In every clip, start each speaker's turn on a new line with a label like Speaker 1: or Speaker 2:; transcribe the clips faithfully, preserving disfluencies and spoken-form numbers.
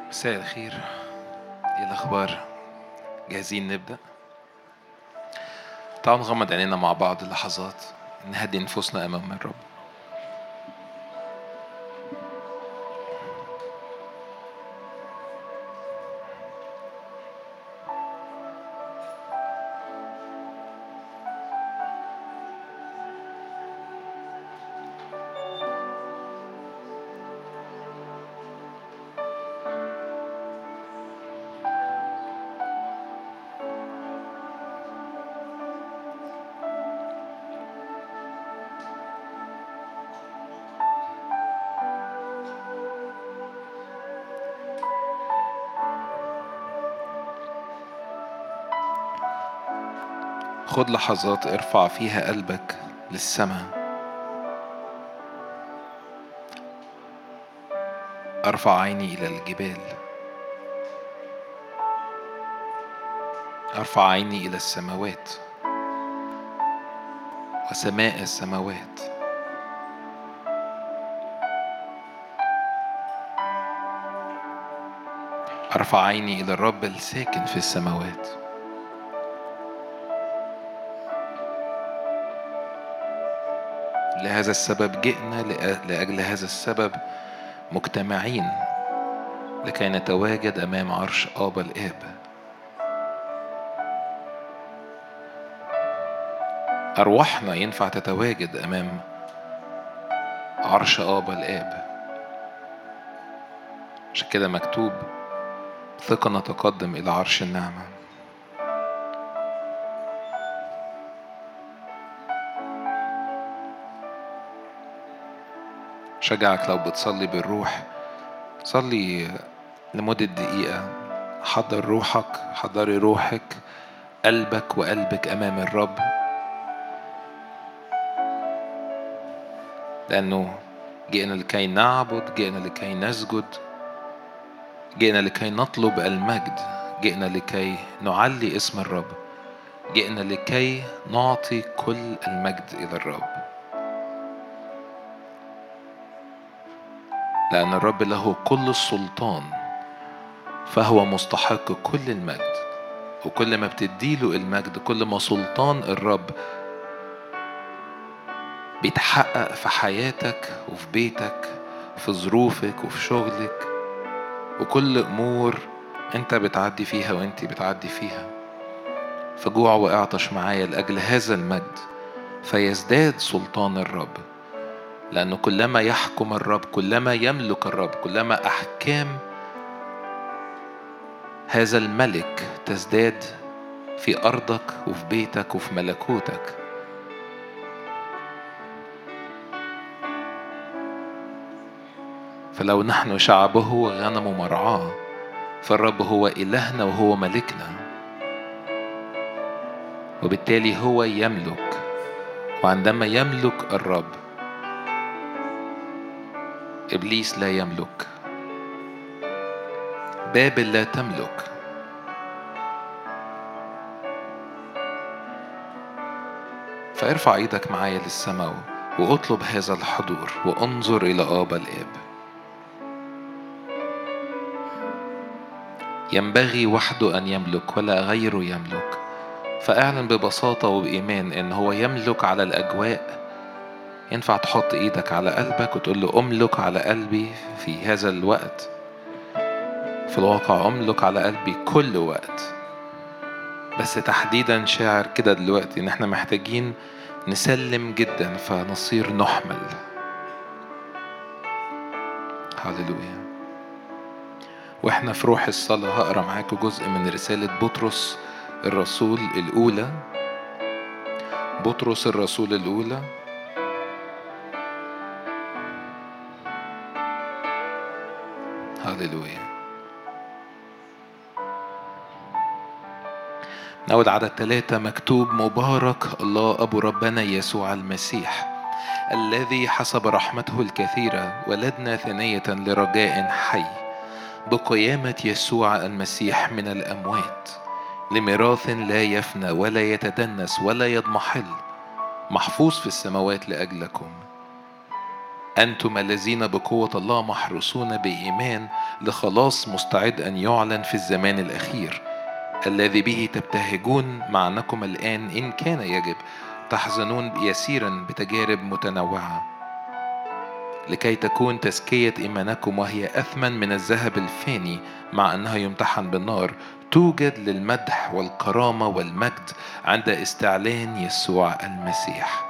Speaker 1: مساء الخير. ايه الاخبار؟ جاهزين نبدا؟ تعالوا نغمض عينينا مع بعض لحظات، نهدي نفوسنا امام الرب. خد لحظات ارفع فيها قلبك للسماء. ارفع عيني الى الجبال، ارفع عيني الى السماوات وسماء السماوات. ارفع عيني الى الرب الساكن في السماوات. لهذا السبب جئنا، لأجل هذا السبب مجتمعين لكي نتواجد أمام عرش آبا الآب. أرواحنا ينفع تتواجد أمام عرش آبا الآب. عشان كده مكتوب ثقة نتقدم إلى عرش النعمة. شجعك لو بتصلي بالروح، صلي لمدة دقيقة. حضر روحك، حضري روحك، قلبك وقلبك أمام الرب، لأنه جئنا لكي نعبد، جئنا لكي نسجد، جئنا لكي نطلب المجد، جئنا لكي نعلي اسم الرب، جئنا لكي نعطي كل المجد إلى الرب، لأن الرب له كل السلطان، فهو مستحق كل المجد. وكل ما بتديله المجد، كل ما سلطان الرب بيتحقق في حياتك وفي بيتك، في ظروفك وفي شغلك، وكل أمور أنت بتعدي فيها وأنت بتعدي فيها. فجوع واعطش معايا لأجل هذا المجد، فيزداد سلطان الرب، لأنه كلما يحكم الرب، كلما يملك الرب، كلما أحكام هذا الملك تزداد في أرضك وفي بيتك وفي ملكوتك. فلو نحن شعبه وغنم مرعاه، فالرب هو إلهنا وهو ملكنا، وبالتالي هو يملك. وعندما يملك الرب، إبليس لا يملك، بابل لا تملك. فارفع ايدك معايا للسماء واطلب هذا الحضور وانظر إلى آبا الآب. ينبغي وحده أن يملك ولا غيره يملك. فاعلن ببساطة وبإيمان إن هو يملك على الأجواء. ينفع تحط ايدك على قلبك وتقول له أملك على قلبي في هذا الوقت. في الواقع أملك على قلبي كل وقت، بس تحديدا شاعر كده دلوقتي إن احنا محتاجين نسلم جدا فنصير نحمل. هاليلويا. واحنا في روح الصلاة هقرأ معاكم جزء من رسالة بطرس الرسول الأولى. بطرس الرسول الأولى هاليلويا. نقول عدد ثلاثة مكتوب: مبارك الله أبو ربنا يسوع المسيح، الذي حسب رحمته الكثيرة ولدنا ثانية لرجاء حي بقيامة يسوع المسيح من الأموات، لميراث لا يفنى ولا يتدنس ولا يضمحل، محفوظ في السماوات لأجلكم، أنتم الذين بقوة الله محروسون بإيمان لخلاص مستعد أن يعلن في الزمان الأخير، الذي به تبتهجون مع أنكم الآن إن كان يجب تحزنون يسيرا بتجارب متنوعة، لكي تكون تزكية إيمانكم وهي أثمن من الذهب الفاني مع أنها يمتحن بالنار، توجد للمدح والكرامة والمجد عند استعلان يسوع المسيح.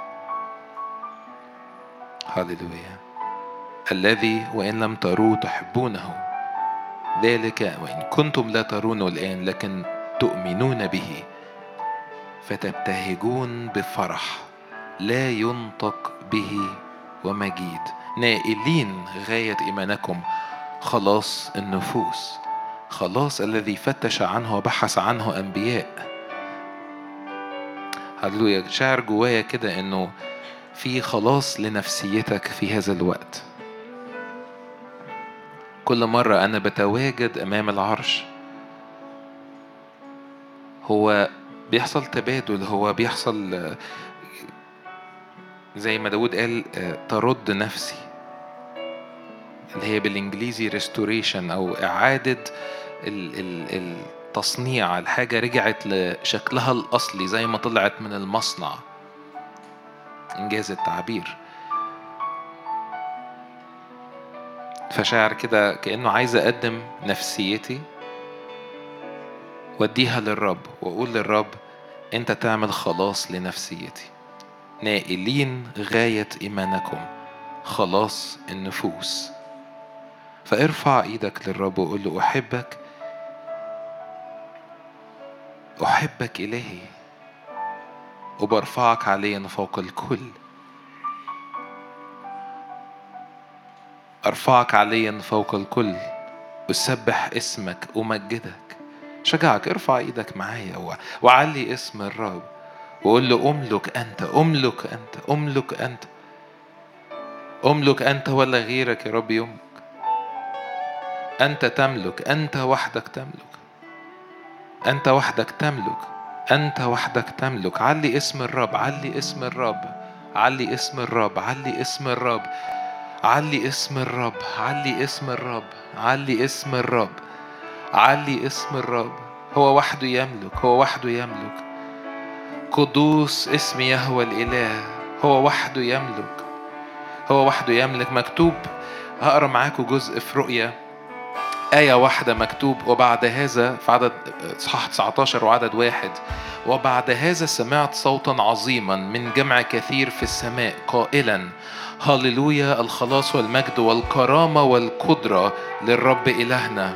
Speaker 1: هاليلويا. الذي وإن لم تروه تحبونه، ذلك وإن كنتم لا ترونه الآن لكن تؤمنون به، فتبتهجون بفرح لا ينطق به ومجيد، نائلين غاية إيمانكم خلاص النفوس، خلاص الذي فتش عنه وبحث عنه أنبياء. هللويا. شعر جوايا كده إنه في خلاص لنفسيتك في هذا الوقت. كل مرة أنا بتواجد أمام العرش هو بيحصل تبادل، هو بيحصل زي ما داود قال ترد نفسي، اللي هي بالإنجليزي restoration أو إعادة التصنيع. الحاجة رجعت لشكلها الأصلي زي ما طلعت من المصنع، إنجاز التعبير. فشاعر كده كأنه عايز أقدم نفسيتي واديها للرب وأقول للرب أنت تعمل خلاص لنفسيتي، نائلين غاية إيمانكم خلاص النفوس. فارفع إيدك للرب وقول له أحبك، أحبك إلهي، وبرفعك عليا فوق الكل، أرفعك عليا فوق الكل، أسبح اسمك أمجدك. شجعك ارفع إيدك معايا وعلي اسم الرب وقول له أملك أنت، أملك أنت، أملك أنت، أملك أنت ولا غيرك يا رب يملك. أنت تملك، أنت وحدك تملك، أنت وحدك تملك، أنت وحدك تملك. علي اسم الرب، علي اسم الرب، علي اسم الرب، علي اسم الرب، علي اسم الرب، علي اسم الرب، علي اسم الرب، علي اسم الرب. هو وحده يملك، هو وحده يملك. قدوس اسم يهوه الإله، هو وحده يملك، هو وحده يملك. مكتوب، هقرأ معاكم جزء في رؤيا آية واحدة مكتوب: وبعد هذا في عدد صحاح تسعة عشر وعدد واحد، وبعد هذا سمعت صوتا عظيما من جمع كثير في السماء قائلا: هاليلويا، الخلاص والمجد والكرامة والقدرة للرب إلهنا.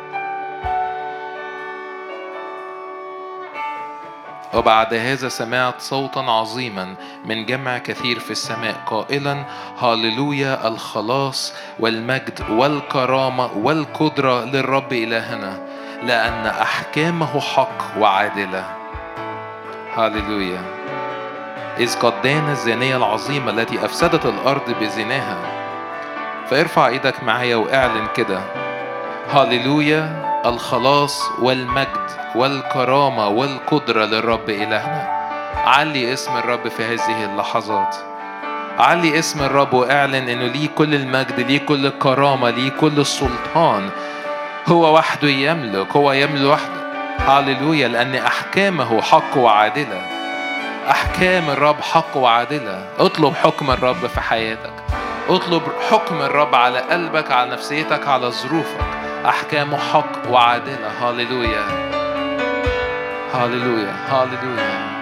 Speaker 1: وبعد هذا سمعت صوتا عظيما من جمع كثير في السماء قائلا: هاليلويا، الخلاص والمجد والكرامة والقدرة للرب إلهنا، لأن أحكامه حق وعادلة. هاليلويا. إذ قد دان الزانية العظيمة التي أفسدت الأرض بزناها. فارفع إيدك معايا واعلن كده: هاليلويا، الخلاص والمجد والكرامة والقدرة للرب إلهنا. علي اسم الرب في هذه اللحظات، علي اسم الرب واعلن إنه ليه كل المجد، ليه كل الكرامة، ليه كل السلطان. هو وحده يملك، هو يملك وحده. هاليلويا. لأن أحكامه حق وعادلة، أحكام الرب حق وعادلة. اطلب حكم الرب في حياتك، اطلب حكم الرب على قلبك، على نفسيتك، على ظروفك. أحكامه حق وعادلة. هاليلويا، هاليلويا، هاليلويا.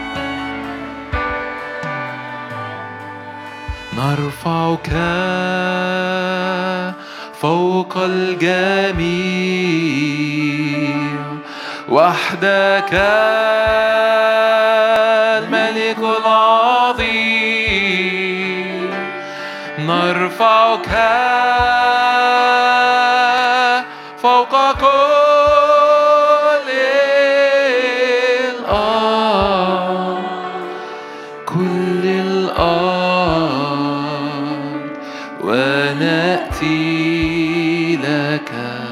Speaker 1: نرفعك فوق الجميع، وحدك الملك العظيم. نرفعك فوق كل الأرض، كل الأرض، ونأتي لك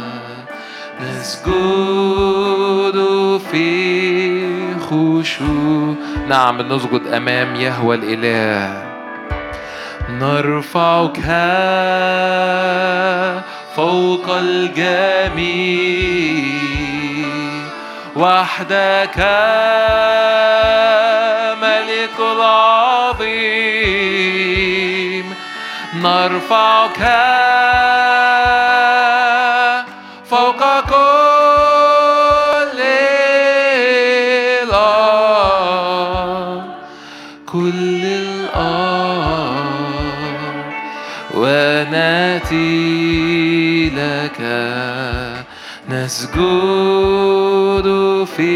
Speaker 1: نسجد في خشوع. نعم، نسجد أمام يهوه الإله. نرفعك فوق الجميع، وحدك ملك العظيم. نرفعك فوق كل الأرض، كل الأرض، ونأتي لك نسجد في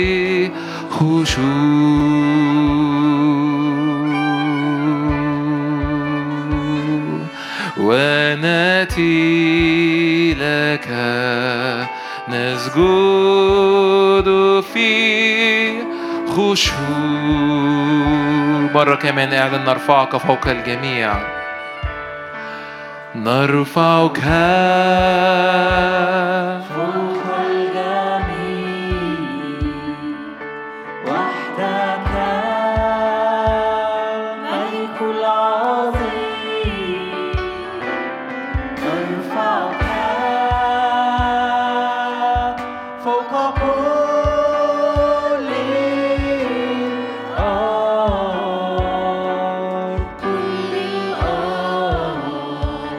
Speaker 1: خشوع، ونأتي لك نسجد في خشوع. مرة كمان اعلن نرفعك فوق الجميع. نرفعك
Speaker 2: فوق الجميع، وحدك الملك العظيم. نرفعك فوق كل الأرض، كل الأرض،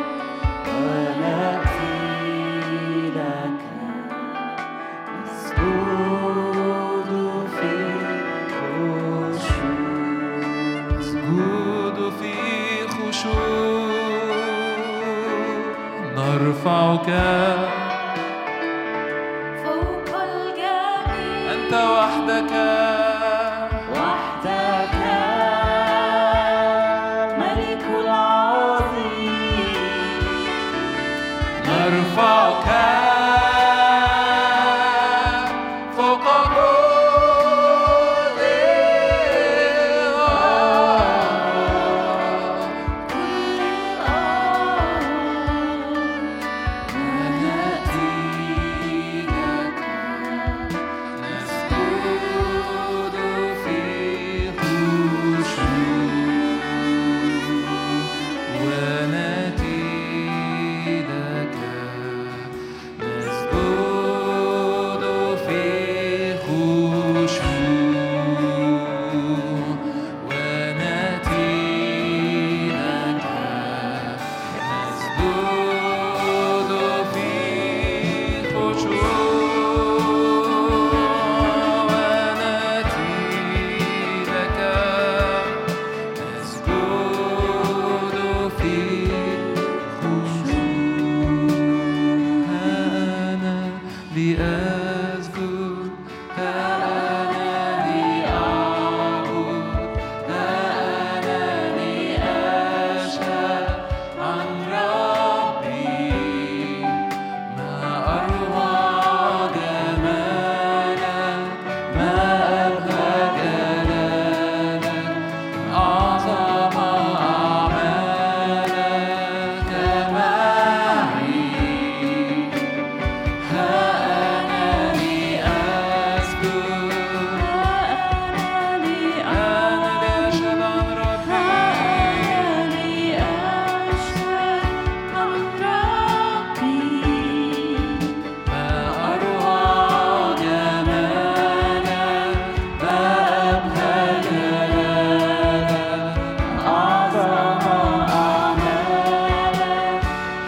Speaker 2: ونأتي لك نسجد في خشوع،
Speaker 1: نسجد في خشوع. نرفعك
Speaker 2: فوق الجميع،
Speaker 1: أنت وحدك
Speaker 2: وحدك ملك العظيم.
Speaker 1: نرفعك فوق كل الأرض،
Speaker 2: كل الأرض،
Speaker 1: ونأتي لك نسجد في خشوع، ونأتي لك نسجد في خشوع، ونأتي لك نسجد في خشوع، ونأتي لك نسجد في خشوع. ها أنا لأسجد، ها أنا لأعبد، ها أنا لأشهد عن ربي. ما أروع جمالك، ما أبهى جلالك، أعظم أعمالك معي. ها أنا لأسجد،
Speaker 2: أنا
Speaker 1: أنا لأشهد عن ربي.
Speaker 2: لأشهد عن ربي.
Speaker 1: ما أروع جمالك، ما أبهى جلالك،
Speaker 2: أعظم أعمالك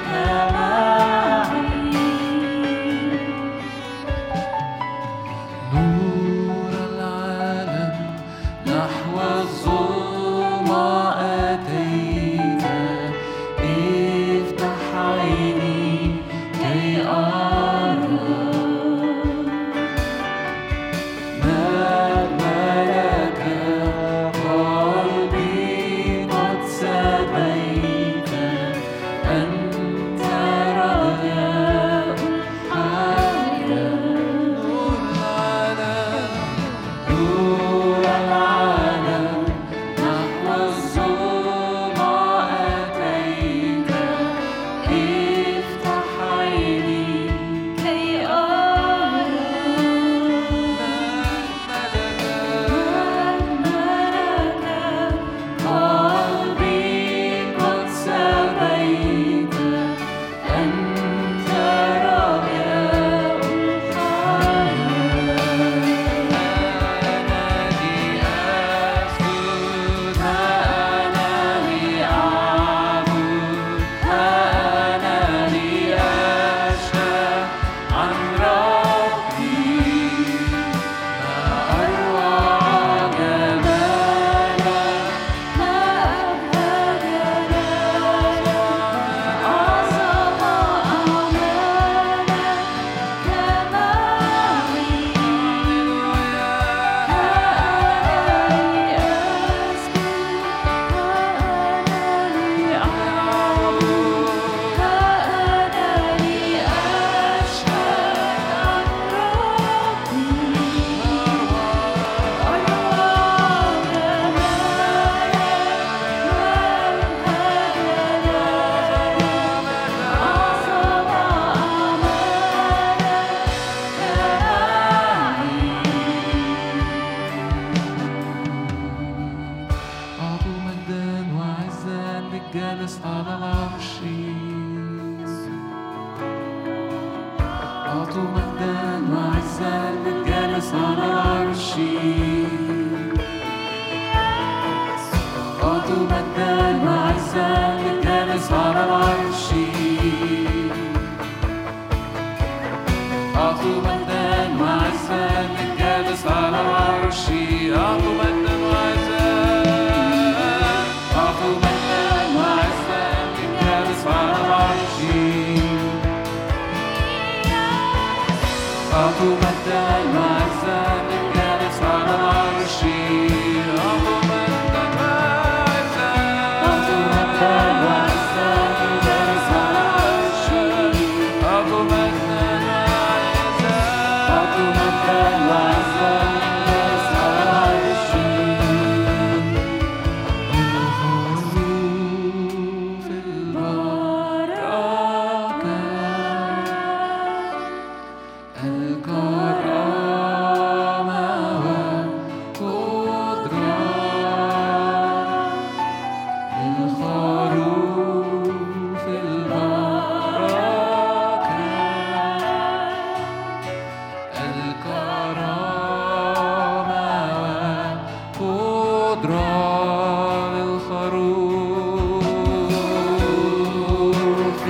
Speaker 2: معي.
Speaker 1: نور العالم نحو الظلمة أتيت، افتح عيني كي أرى مجملك. قلبي قد سبيت، أنت رجاء الحياة. نور العالم، نور العالم نحو الظلمة أتيت، افتح عيني
Speaker 3: أعطوا مجدا وعزا للجالس على العرش أعطوا مجدا وعزا للجالس على العرش أعطوا مجدا وعزا للجالس على العرش أعطوا مجدا وعزا أعطوا مجدا وعزا للجالس على العرش أعطوا مجدا وعزا للجالس على العرش أعطوا مجدا وعزا أعطوا مجدا وعزا للجالس على العرش أعطوا مجدا وعزا أعطوا مجدا وعزا للجالس على العرش الخروف البركة الكرامة والقدرة للخروف البركة الكرامة والقدرة للخروف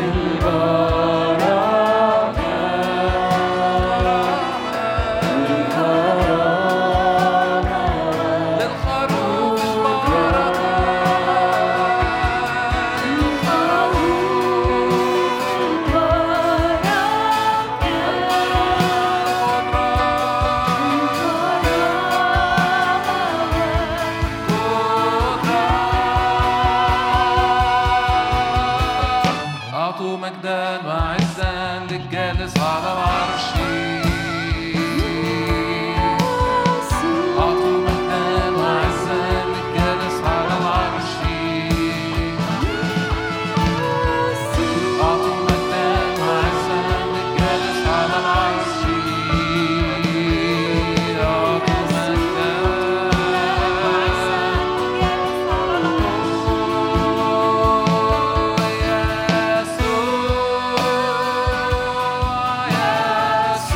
Speaker 3: أعطوا مجدا وعزا للجالس على العرش أعطوا مجدا وعزا للجالس على العرش أعطوا مجدا وعزا للجالس على العرش أعطوا مجدا يسوع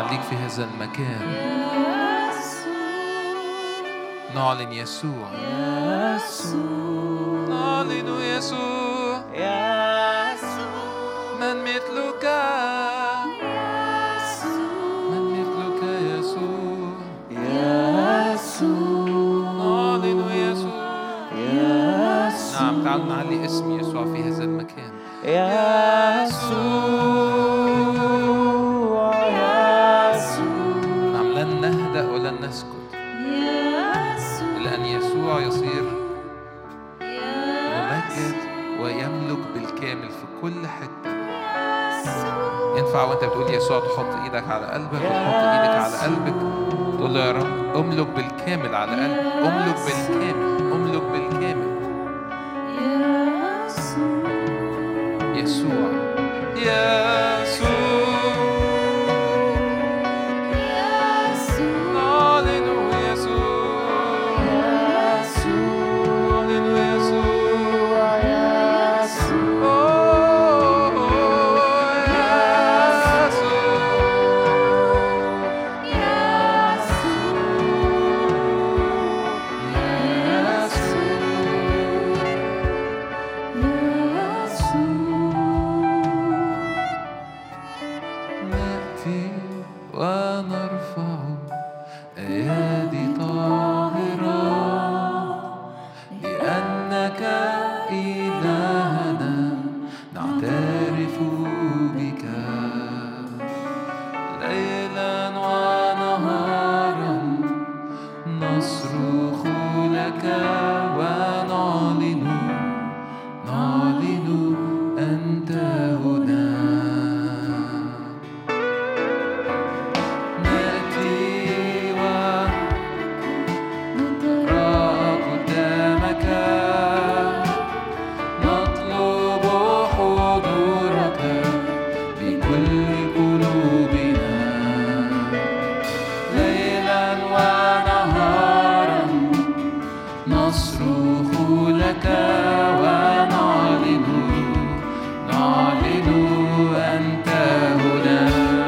Speaker 1: نعليك في هذا المكان، نعلن يسوع، نعلن يسوع، من مثلك، من مثلك يسوع، نعلن يسوع. نعم، تعالوا نعلي اسم يسوع في هذا المكان.
Speaker 2: يسوع
Speaker 1: نعم، لن نهدأ ولن نسكت، لأن يسوع يصير ممجد ويملك بالكامل في كل حتة. ينفع وانت بتقول يسوع تحط ايدك على قلبك وتحط ايدك على قلبك، تقول له يا رب املك بالكامل على قلبك، املك بالكامل، املك بالكامل. يسوع، يسوع، نعلن يسوع، نعلن يسوع، أوه نأتي ونرفع أيادي طاهرة لأنك إلهنا، نعترف بك ليلا ونهارا، نصرخ لك ونعلن، نعلن أنت هنا. نأتي ونقرأ قدامك، نطلب حضورك بكل قلوبنا ليلا ونهارا، نصرخ لك ونعلن، نعلن أنت هنا.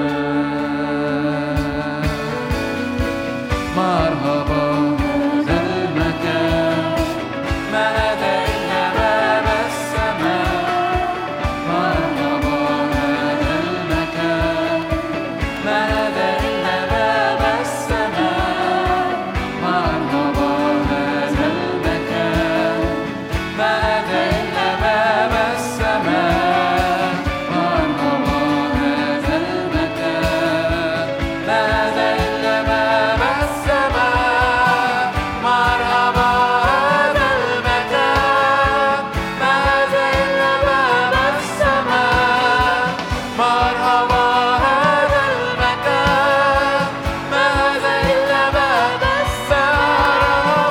Speaker 1: مرحبا ذا المكان، ما هذا إلا باب السماء. مرحبا هذا المكان، ما هذا إلا باب السماء. مرحبا هذا المكان، ما هذا إلا باب السماء. مرحبا هذا المكان، ما هذا إلا باب السماء. مرحبا هذا المكان، ما هذا إلا باب السماء. مرحبا هذا المكان، ما هذا إلا باب السماء.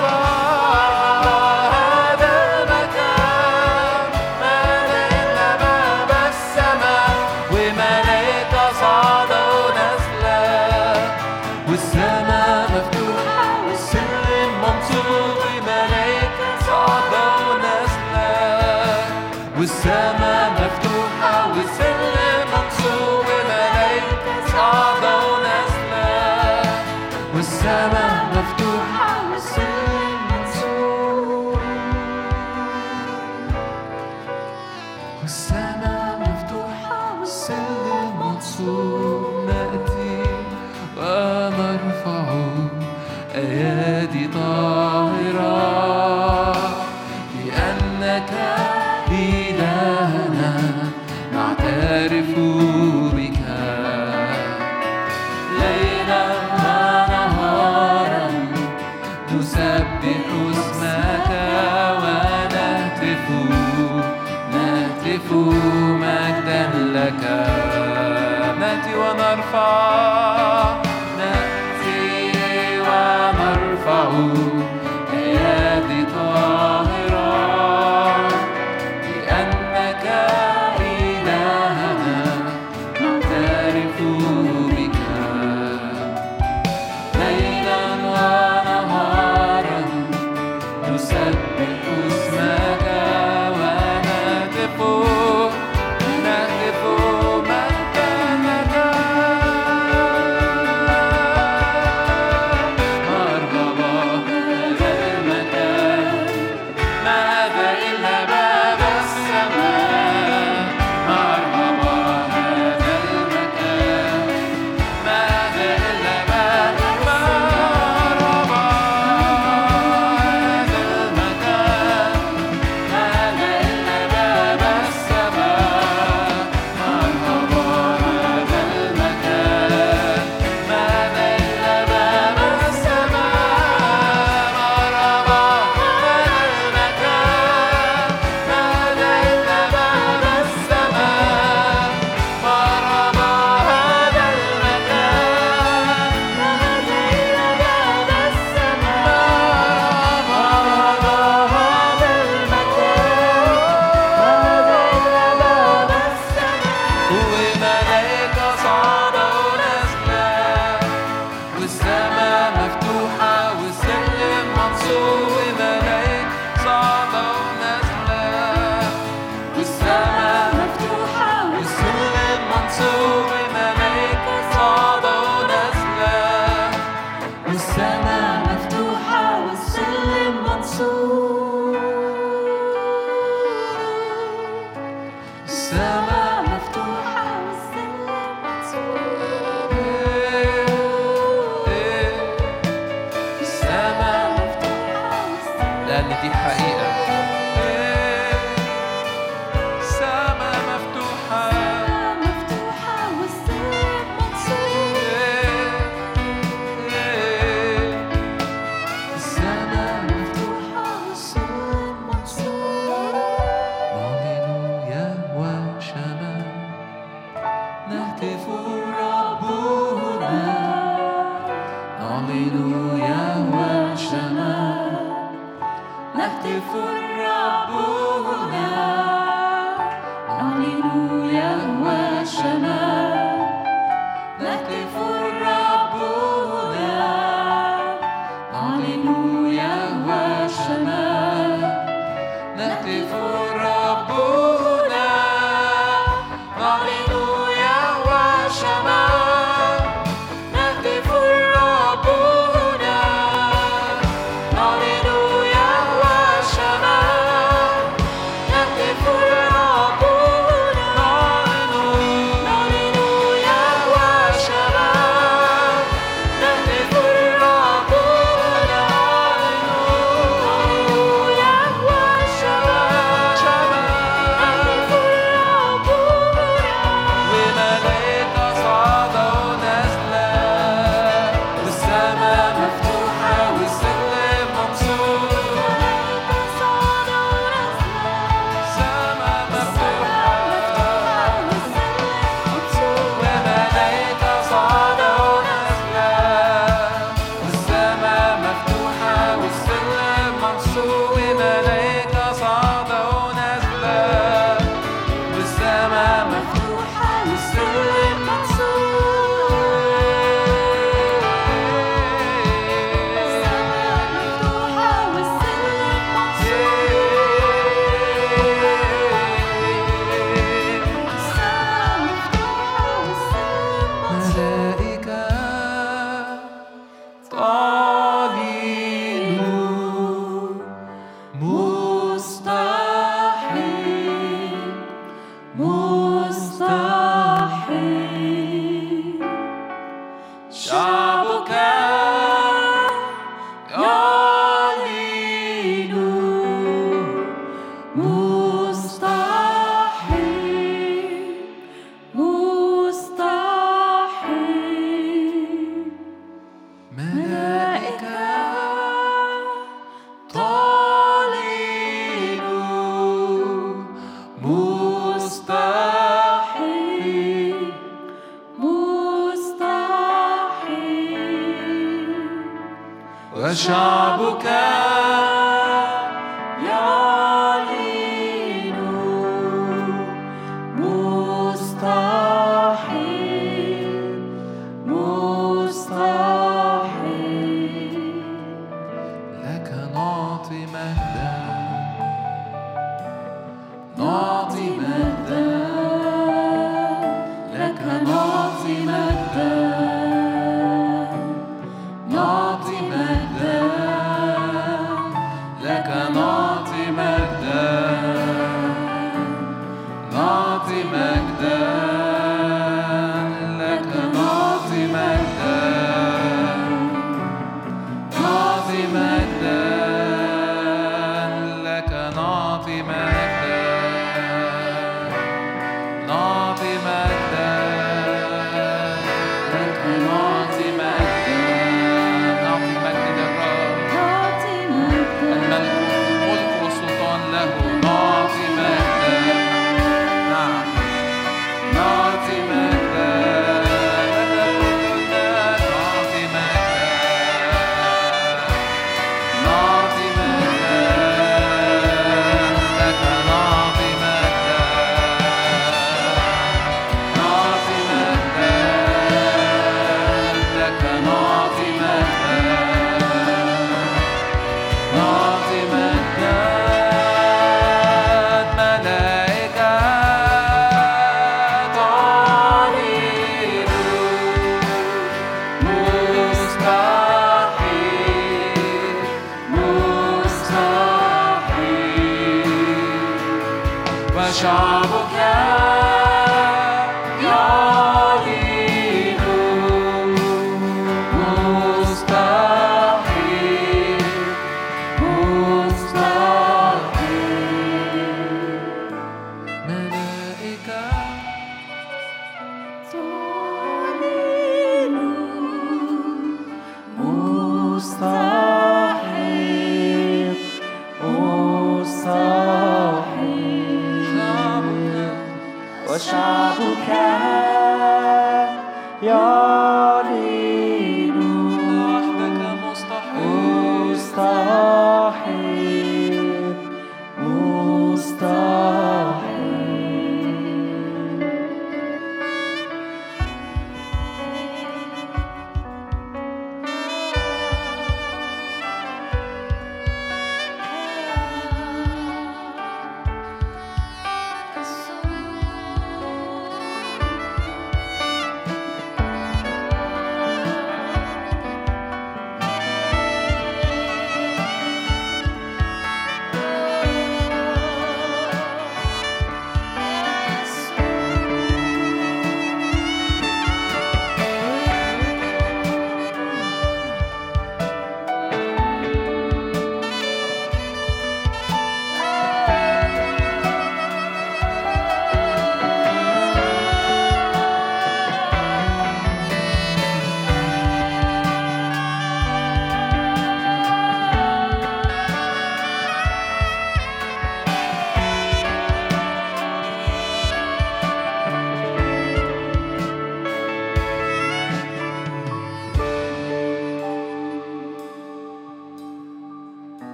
Speaker 1: هذا المكان، ما هذا إلا باب السماء. وملائكة صعدوا ونازلة، والسماء مفتوحة والسلم منصوب. وملائكة صعدوا ونازلة، والسماء مفتوحة والسلم منصوب. وملائكة صعدوا ونازلة، والسماء مفتوحة والسلم منصوب. والسماء مفتوحة والسلم منصوب. نأتي ونرفع أيادي طاهرة لأنك إلهنا، نعترف بك ليلا ونهارا، نسبح اسمك ونهتف، نهتف مجدا لك. نأتي ونرفع، نأتي ونرفع أيادي طاهرة لأنك إلهنا، نعترف بك ليلا ونهارا، نسبح اسمك ونهتف، نهتف مجدا لك.
Speaker 3: وشعبك يعلن مستحيل مستحيل
Speaker 1: لك نعطي مجدا نعطي مجدا
Speaker 3: لك نعطي مجدا نعطي مجدا لك نعطي مجدا نعطي مجدا لك نعطي مجدا نعطي مجدا لك نعطي مجدا نعطي مجدا لك نعطي مجدا نعطي مجد للرب الملك والملك والسلطان له نعطي مجدا نعم نعطي مجدا نعطي مجدا نعطي مجدا لك نعطي مجدا نعطي مجدا لك نعطي مجدا نعطي مجدا ملائكة تعلن مستحيل مستحيل وشعبك يعلن مستحيل مستحيل ملائكة
Speaker 2: تعلن مستحيل مستحيل وشعبك يعلن
Speaker 3: وحدك مستحيل
Speaker 2: مستحيل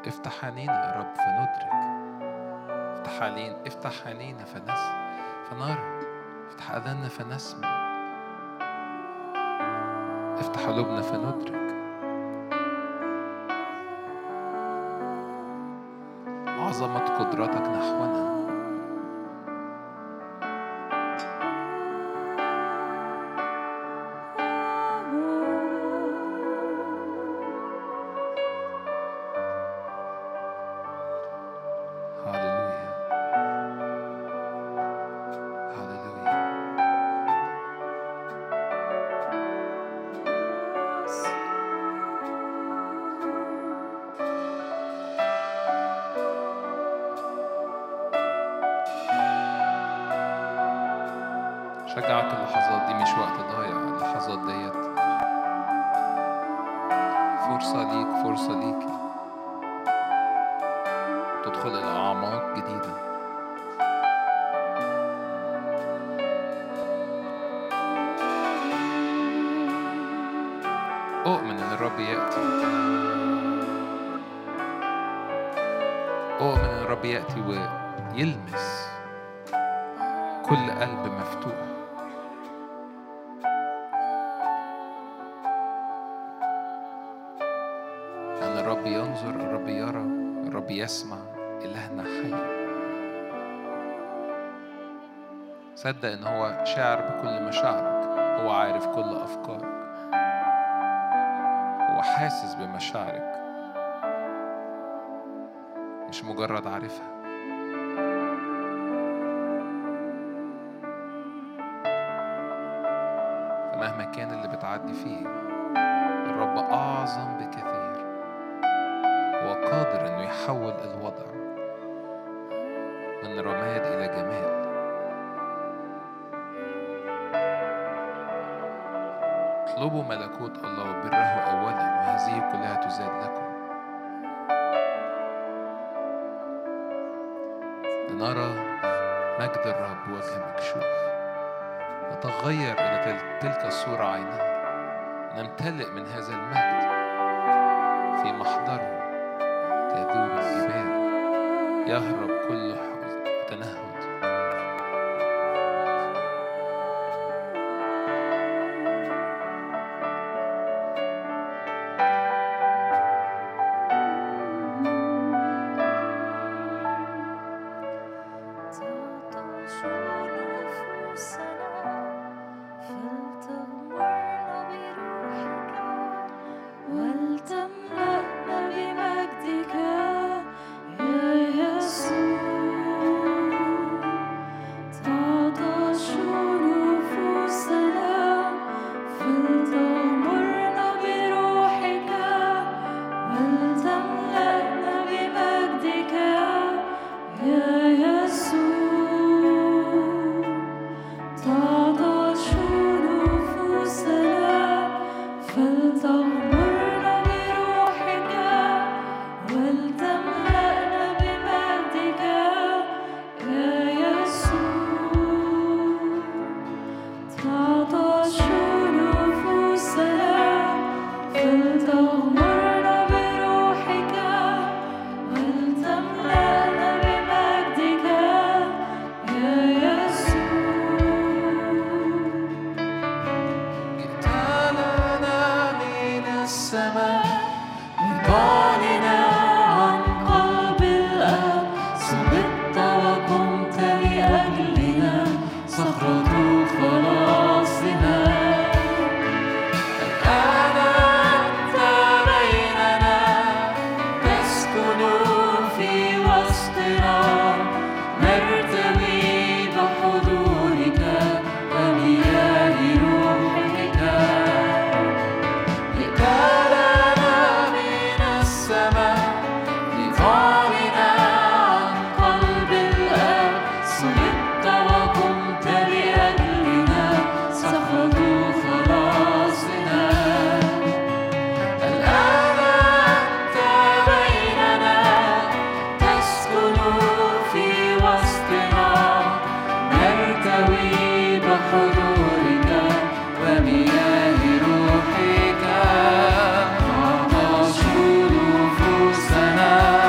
Speaker 1: افتح عينينا يا رب فندرك، افتح عينينا، افتح عينينا فنس فنرى، افتح أذاننا فنسمع، افتح قلوبنا فندرك عظمة قدرتك نحونا. شجعك اللحظات دي مش وقت ضايع، اللحظات ديت فرصة ليك، فرصة ليك تدخل إلى أعماق جديدة. أؤمن إن الرب يأتي، أؤمن إن الرب يأتي ويلمس كل قلب مفتوح. لأن الرب ينظر، الرب يرى، الرب يسمع، إلهنا حي. صدق إن هو شاعر بكل مشاعرك، هو عارف كل أفكارك، هو حاسس بمشاعرك مش مجرد عارفها. فمهما كان اللي بتعدي فيه، الرب أعظم بكثير، هو قادر إنه يحول الوضع من رماد إلى جمال. اطلبوا ملكوت الله وبره أولا وهذه كلها تزاد لكم. لنرى مجد الرب وجه مكشوف، نتغير إلى تلك الصورة عينها، نمتلئ من هذا المجد في محضره. تذوب الجبال، يهرب كل تنهد.
Speaker 3: روحك عطش نفوسنا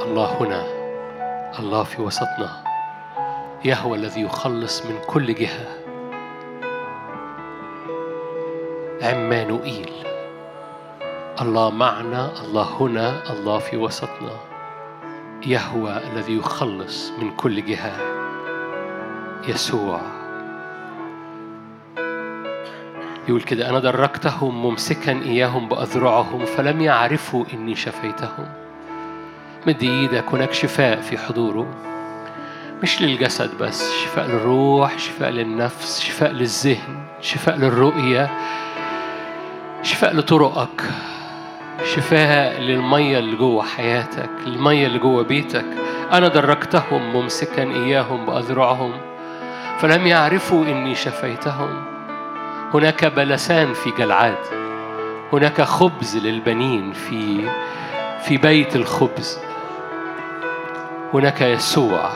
Speaker 4: الله هنا، الله في وسطنا، يهوى الذي يخلص من كل جهة، عمانوئيل، الله معنا، الله هنا، الله في وسطنا، يهوى الذي يخلص من كل جهة، يسوع. يقول كده: أنا دركتهم ممسكا إياهم بأذرعهم فلم يعرفوا إني شفيتهم. مد إيدك، هناك شفاء في حضوره، مش للجسد بس، شفاء للروح، شفاء للنفس، شفاء للذهن، شفاء للرؤية، شفاء لطرقك، شفاء للمية اللي جوه حياتك، المية اللي جوه بيتك. أنا دركتهم ممسكا إياهم بأذرعهم فلم يعرفوا إني شفيتهم. هناك بلسان في جلعاد، هناك خبز للبنين في في بيت الخبز، هناك يسوع.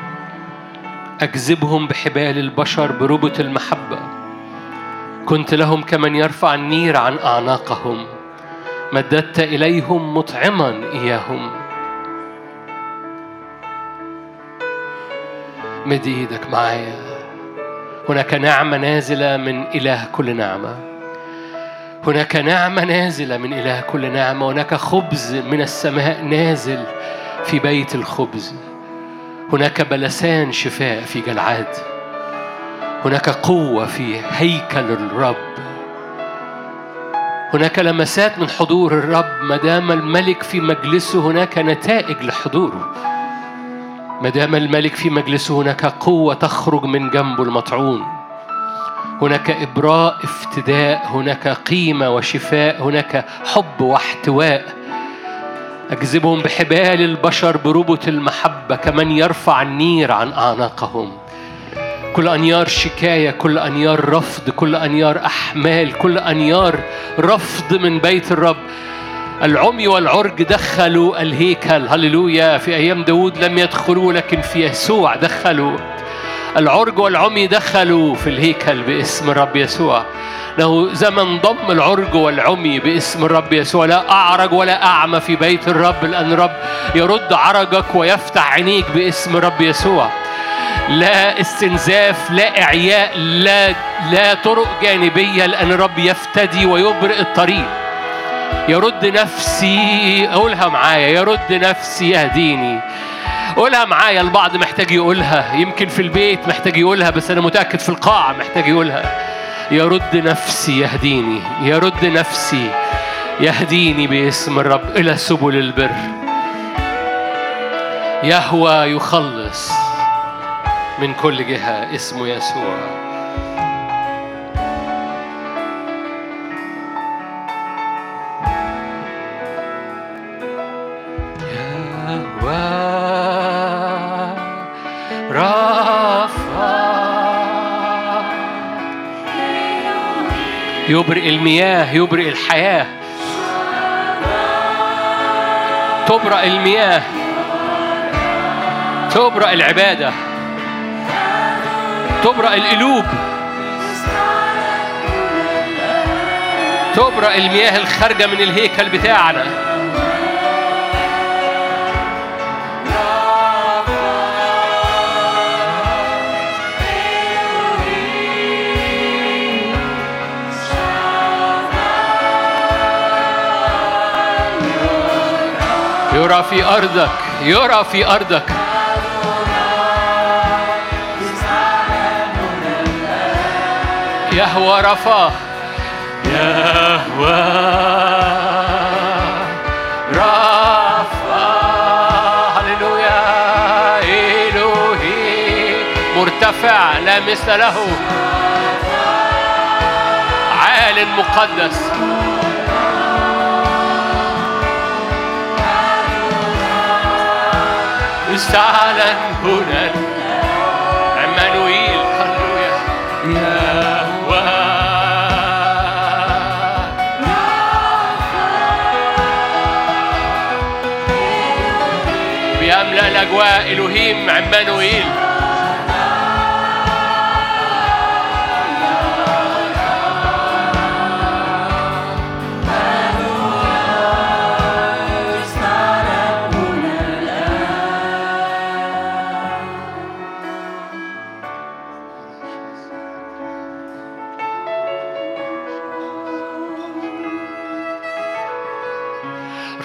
Speaker 4: أجذبهم بحبال البشر بربط المحبة، كنت لهم كمن يرفع النير عن أعناقهم، مددت إليهم مطعما إياهم. مد إيدك معايا. هناك نعمة نازلة من إله كل نعمة، هناك نعمة نازلة من إله كل نعمة، هناك خبز من السماء نازل في بيت الخبز، هناك بلسان شفاء في جلعاد، هناك قوة في هيكل الرب، هناك لمسات من حضور الرب. ما دام الملك في مجلسه هناك نتائج لحضوره، ما دام الملك في مجلسه هناك قوة تخرج من جنبه المطعون، هناك إبراء، افتداء، هناك قيمة وشفاء، هناك حب واحتواء. أجذبهم بحبال البشر بربط المحبة كمن يرفع النير عن أعناقهم. كل أنيار شكاية، كل أنيار رفض، كل أنيار أحمال، كل أنيار رفض من بيت الرب. العمي والعرج دخلوا الهيكل، هللويا. في أيام داود لم يدخلوا، لكن في يسوع دخلوا. العرج والعمي دخلوا في الهيكل باسم الرب يسوع. له زمن ضم العرج والعمي باسم الرب يسوع. لا أعرج ولا أعمى في بيت الرب، لأن الرب يرد عرجك ويفتح عينيك باسم الرب يسوع. لا استنزاف، لا إعياء، لا لا طرق جانبية، لأن الرب يفتدي ويبرئ الطريق. يرد نفسي، أقولها معايا، يرد نفسي يهديني. قولها معايا، البعض محتاج يقولها، يمكن في البيت محتاج يقولها، بس أنا متأكد في القاعة محتاج يقولها. يرد نفسي يهديني، يرد نفسي يهديني باسم الرب إلى سبل البر. يهوى يخلص من كل جهة، اسمه يسوع. يهوى رافع يبرئ المياه، يبرئ الحياة، تبرأ المياه، تبرأ العبادة، تبرأ القلوب، تبرأ المياه الخارجة من الهيكل بتاعنا. يرى في أرضك، يرى في أرضك. يهوى رفاه، يهوى رفاه، هللويا. إلهي مرتفع لا مثل له، عال مقدس. استعلن هنا عمانوئيل، هللويا. يهوى بيملأ الأجواء، إلهيم عمانوئيل.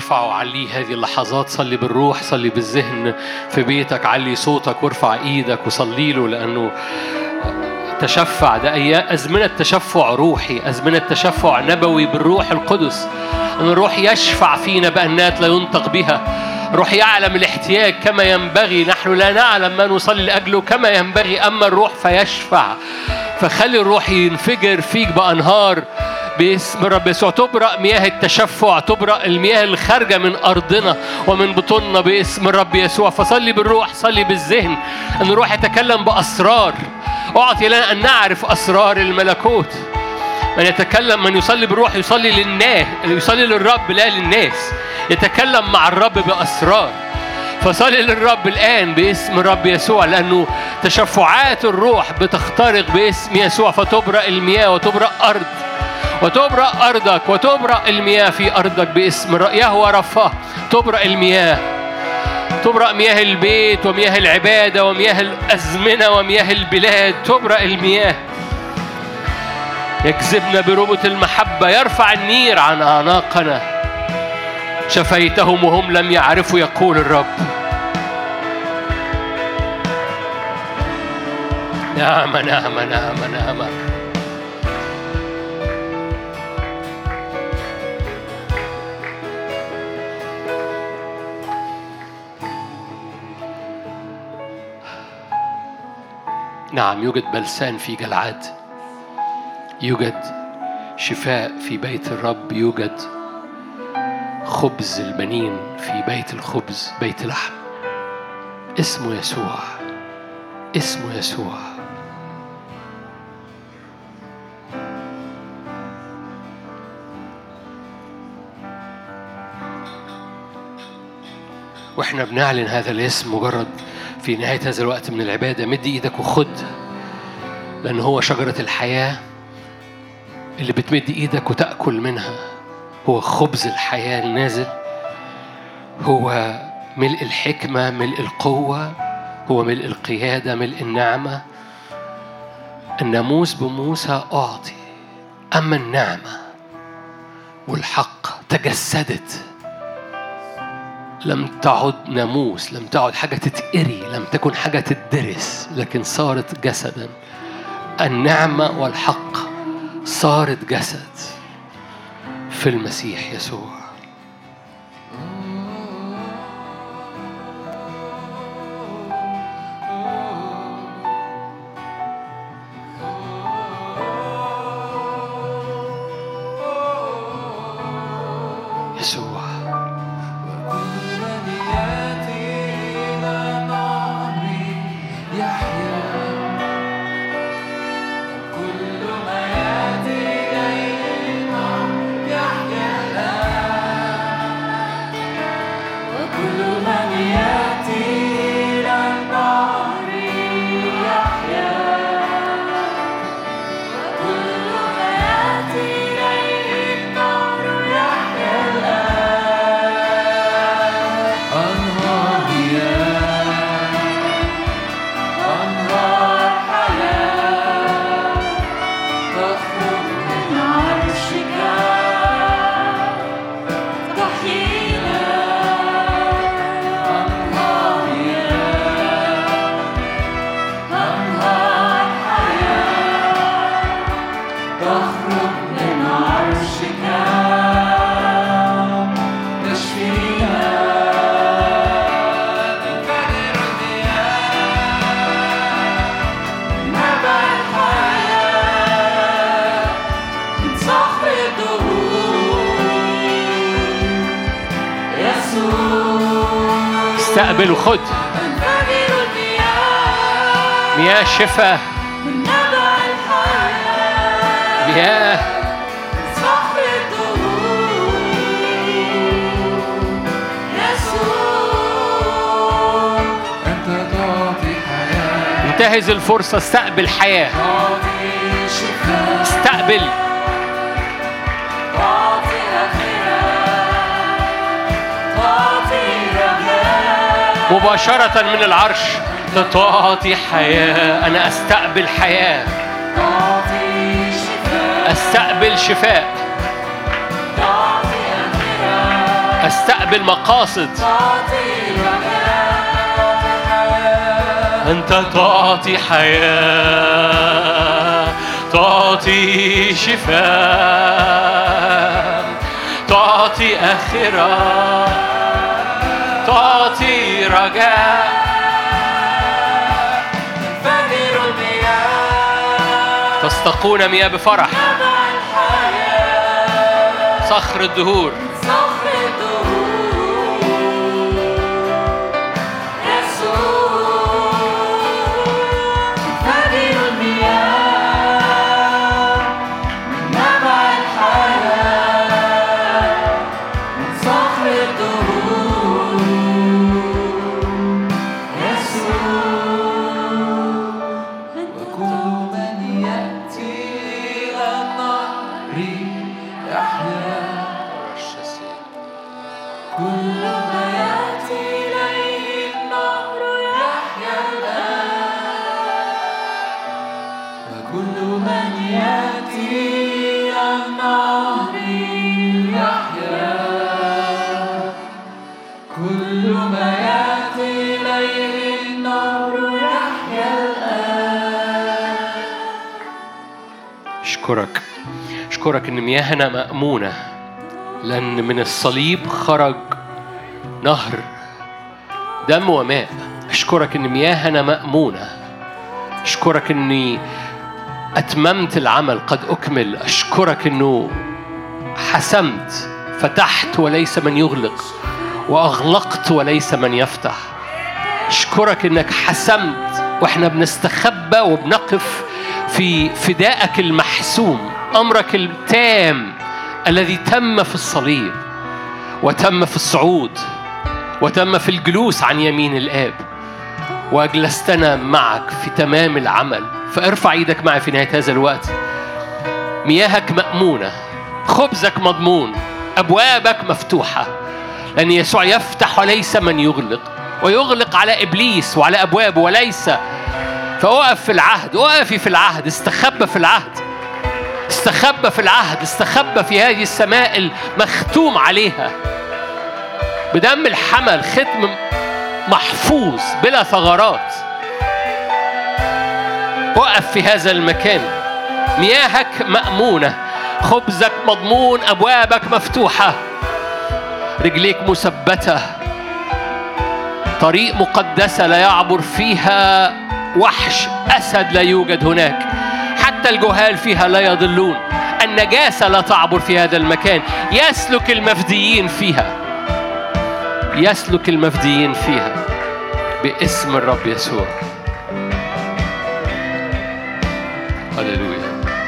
Speaker 4: ارفع وعليه هذه اللحظات. صلي بالروح، صلي بالذهن في بيتك، علي صوتك وارفع ايدك وصلي له، لأنه تشفع. ده أيام أزمنة تشفع روحي، أزمنة تشفع نبوي بالروح القدس. أن الروح يشفع فينا بأنات لا ينطق بها. الروح يعلم الاحتياج كما ينبغي، نحن لا نعلم ما نصلي لأجله كما ينبغي، أما الروح فيشفع. فخلي الروح ينفجر فيك بأنهار باسم الرب يسوع. تبرأ مياه التشفع، تبرأ المياه اللي خارجة من أرضنا ومن بطوننا باسم الرب يسوع. فصلي بالروح، صلي بالذهن، أن الروح يتكلم بأسرار. أعطي لنا أن نعرف أسرار الملكوت. من يتكلم، من يصلي بالروح يصلي للناس، يصلي للرب لا للناس، يتكلم مع الرب بأسرار. فصلي للرب الآن باسم الرب يسوع، لأنه تشفعات الروح بتخترق باسم يسوع. فتبرأ المياه وتبرأ أرض، وتبرأ أرضك وتبرأ المياه في أرضك باسم يهوه رفاه. تبرأ المياه، تبرأ مياه البيت ومياه العبادة ومياه الأزمنة ومياه البلاد. تبرأ المياه. يجذبنا بربط المحبة، يرفع النير عن أعناقنا. شفيتهم وهم لم يعرفوا يقول الرب. نعم نعم نعم نعم. نعم، يوجد بلسان في جلعاد، يوجد شفاء في بيت الرب، يوجد خبز البنين في بيت الخبز، بيت لحم. اسمه يسوع، اسمه يسوع. واحنا بنعلن هذا الاسم مجرد في نهاية هذا الوقت من العبادة، مد ايدك وخد، لأن هو شجرة الحياة اللي بتمد ايدك وتأكل منها. هو خبز الحياة النازل، هو ملء الحكمة، ملء القوة، هو ملء القيادة، ملء النعمة. الناموس بموسى أعطي، أما النعمة والحق تجسدت. لم تعد ناموس، لم تعد حاجة تتقري، لم تكن حاجة تدرس، لكن صارت جسدا. النعمة والحق صارت جسد في المسيح يسوع. يسوع استقبل وخد مياه شفاء، مياه انتهز الفرصة، استقبل حياة، استقبل مباشرة من العرش. تعطي حياة، أنا أستقبل حياة، أستقبل شفاء، استقبل مقاصد. أنت تعطي حياة، تعطي شفاء، تعطي آخرة، تعطي رجاء. فجر المياه تستقون مياه بفرح، صخر الدهور أشكرك أشكرك إن مياهنا مأمونة، لأن من الصليب خرج نهر دم وماء. أشكرك إن مياهنا مأمونة. أشكرك إني أتممت العمل، قد أكمل. أشكرك إنه حسمت، فتحت وليس من يغلق، وأغلقت وليس من يفتح. أشكرك إنك حسمت وإحنا بنستخبى وبنقف في فدائك المحسوم، أمرك التام الذي تم في الصليب وتم في الصعود وتم في الجلوس عن يمين الآب، وأجلستنا معك في تمام العمل. فارفع ايدك معي في نهاية هذا الوقت. مياهك مأمونة، خبزك مضمون، أبوابك مفتوحة، لأن يسوع يفتح وليس من يغلق، ويغلق على إبليس وعلى أبوابه وليس. فأقف في العهد، أقفي في العهد، استخبى في العهد، استخبى في العهد، استخبى في هذه السماء المختوم عليها بدم الحمل، ختم محفوظ بلا ثغرات. وقف في هذا المكان. مياهك مأمونة، خبزك مضمون، أبوابك مفتوحة، رجليك مثبتة، طريق مقدسة لا يعبر فيها وحش، أسد لا يوجد هناك، حتى الجهال فيها لا يضلون، النجاسة لا تعبر في هذا المكان. يسلك المفديين فيها، يسلك المفديين فيها باسم الرب يسوع. هللويا.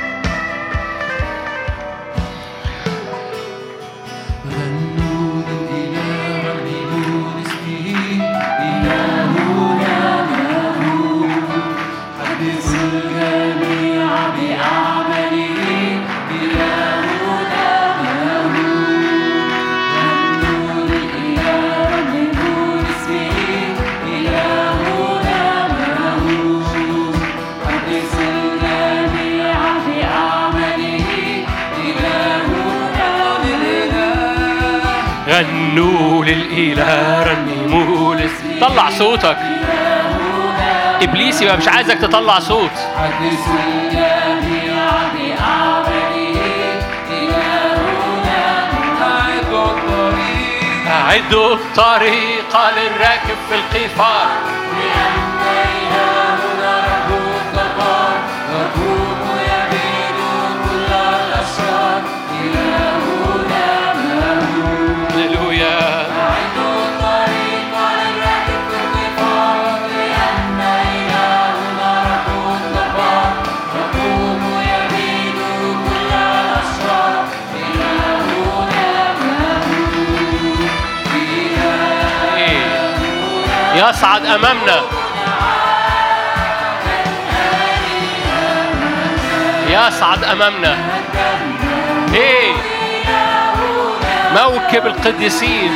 Speaker 4: غنوا للإله، رنموا للإله. طلع صوتك. إبليس يبقى مش عايزك تطلع صوت. أعدوا الطريق للراكب في القفار، يصعد أمامنا، يصعد أمامنا. إيه موكب القديسين.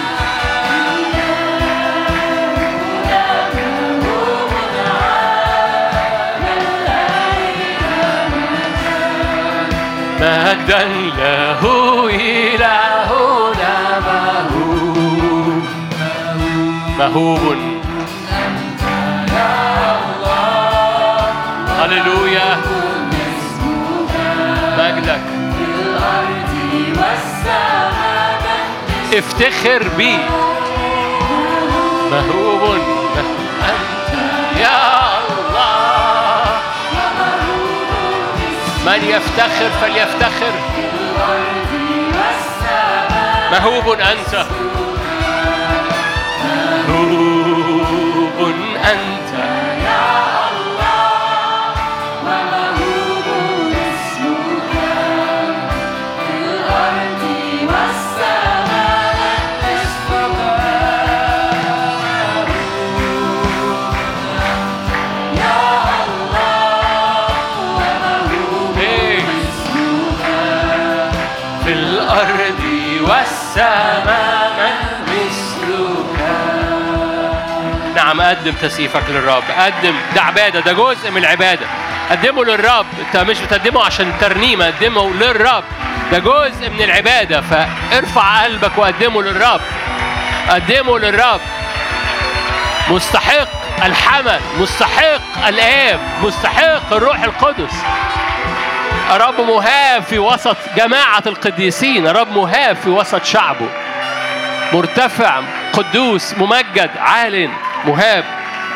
Speaker 4: مجدا له إلهنا مهول. مهوب. هللويا، مجدك افتخر بي. مهوب أنت يا الله، من يفتخر فليفتخر. مهوب أنت، مهوب أنت يا الله، ومهوب اسمك في الأرض والسماء. اسمك يا الله، ومهوب اسمك في الأرض والسماء. نعم، قدم تسقيفك للرب، قدم. ده عبادة، ده جزء من العبادة. قدمه للرب، انت مش بتقدمه عشان ترنيمة، قدمه للرب، ده جزء من العبادة. فارفع قلبك وقدمه للرب، قدمه للرب. مستحق الحمد، مستحق الآب، مستحق الروح القدس. الرب مهاب في وسط جماعة القديسين، الرب مهاب في وسط شعبه، مرتفع، قدوس، ممجد، عال، مهاب.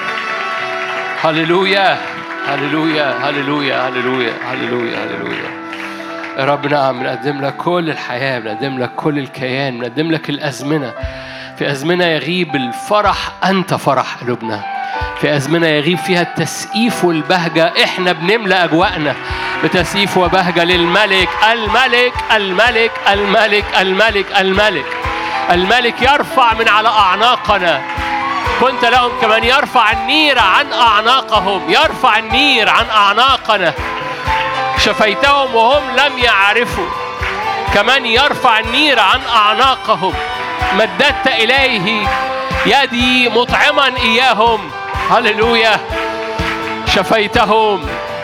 Speaker 4: هللويا هللويا هللويا هللويا هللويا هللويا. يا رب نعم، بنقدم لك كل الحياة، بنقدم لك كل الكيان، بنقدم لك الأزمنة. في أزمنة يغيب الفرح، أنت فرح قلوبنا. في أزمنة يغيب فيها التسقيف والبهجة، إحنا بنملأ أجواءنا بتسقيف وبهجة للملك. الملك الملك الملك الملك الملك الملك يرفع من على أعناقنا. كنت لهم كمان يرفع النير عن أعناقهم، يرفع النير عن أعناقنا. شفيتهم وهم لم يعرفوا، كمان يرفع النير عن أعناقهم. مددت إليه يدي مطعما إياهم. هللويا، شفيتهم.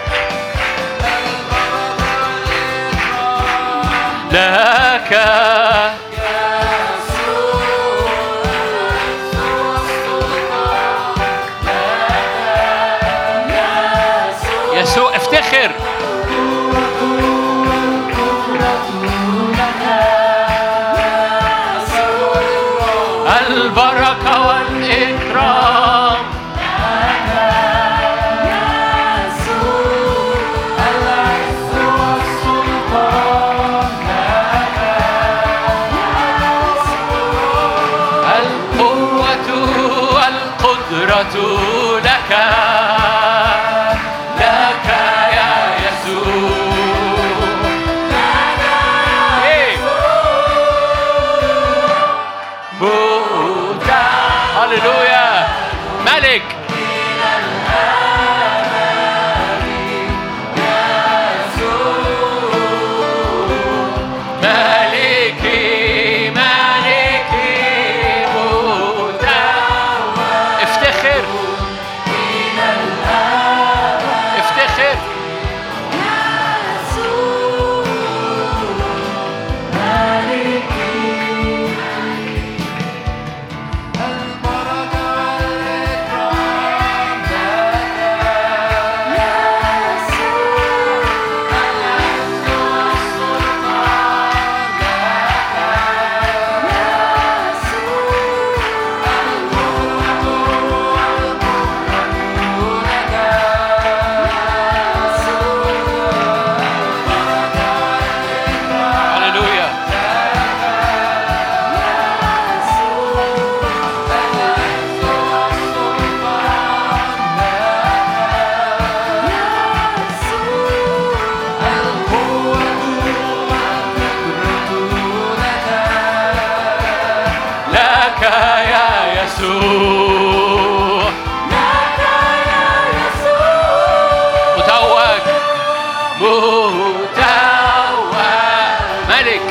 Speaker 4: لك يسوع، افتخر. البركة والإكرام القوة والقدرة لك، لك يا يسوع. إيه بوتا. هللويا، ملك مالكي مالكي بوتا. افتخر افتخر. يسوع، متوج متوج ملك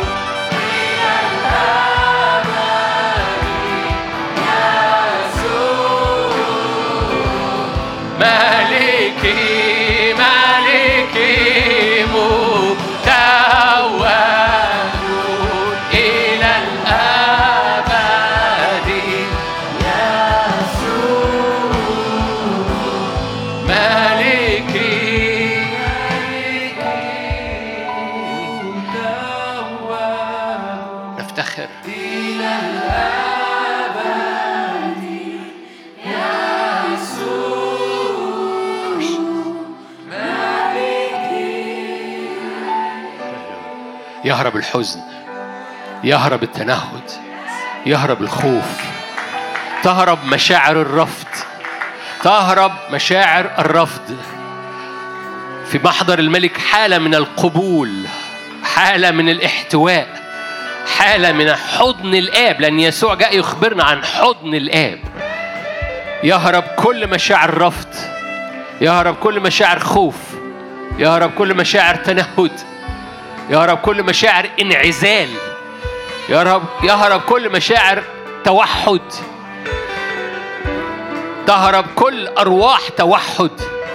Speaker 4: مالكي مالكي متوج إلى الأبد. يهرب الحزن، يهرب التنهد، يهرب الخوف، تهرب مشاعر الرفض، تهرب مشاعر الرفض. في محضر الملك حالة من القبول، حالة من الاحتواء، حالة من حضن الآب، لأن يسوع جاء يخبرنا عن حضن الآب. يهرب كل مشاعر رفض، يهرب كل مشاعر خوف، يهرب كل مشاعر تنهد، يهرب كل مشاعر انعزال، يهرب يهرب كل مشاعر توحد، تهرب كل أرواح توحد،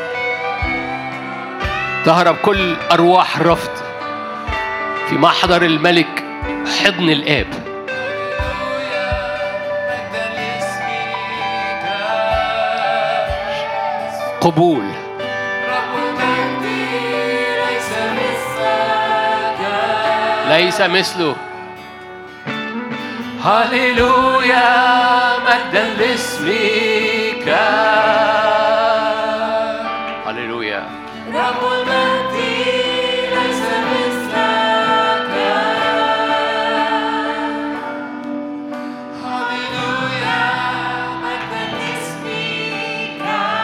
Speaker 4: تهرب كل أرواح رفض في محضر الملك حضن الآب. قبول. ليس مثله. هاليلويا مجدا لاسمك. هاليلويا. رب المجد ليس مثلك. هاليلويا مجدا لاسمك.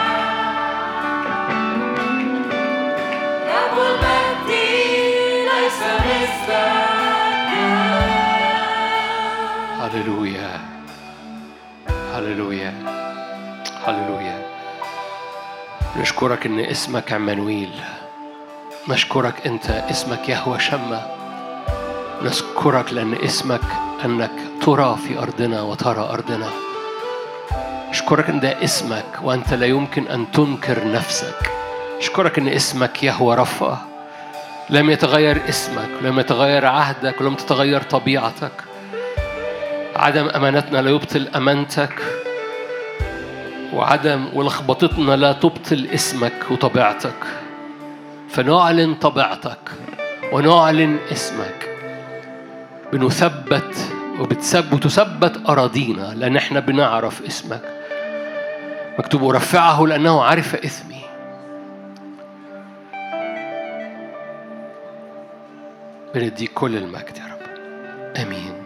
Speaker 4: رب المجد ليس مثلك. هاليلويا هاليلويا هاليلويا. نشكرك ان اسمك عمانويل، نشكرك انت اسمك يهوه شمة، نشكرك لان اسمك انك ترى في ارضنا وترى ارضنا. نشكرك ان ده اسمك وانت لا يمكن ان تنكر نفسك. نشكرك ان اسمك يهوه رفا، لم يتغير اسمك، لم يتغير عهدك، ولم تتغير طبيعتك. عدم أمانتنا لا يبطل أمانتك، وعدم ولخبطتنا لا تبطل اسمك وطبيعتك. فنعلن طبيعتك ونعلن اسمك، بنثبت وبتثبت وتثبت أراضينا لأن احنا بنعرف اسمك. مكتوب أرفعه لأنه عرف إثمي. بنديك كل المجد يا رب. آمين.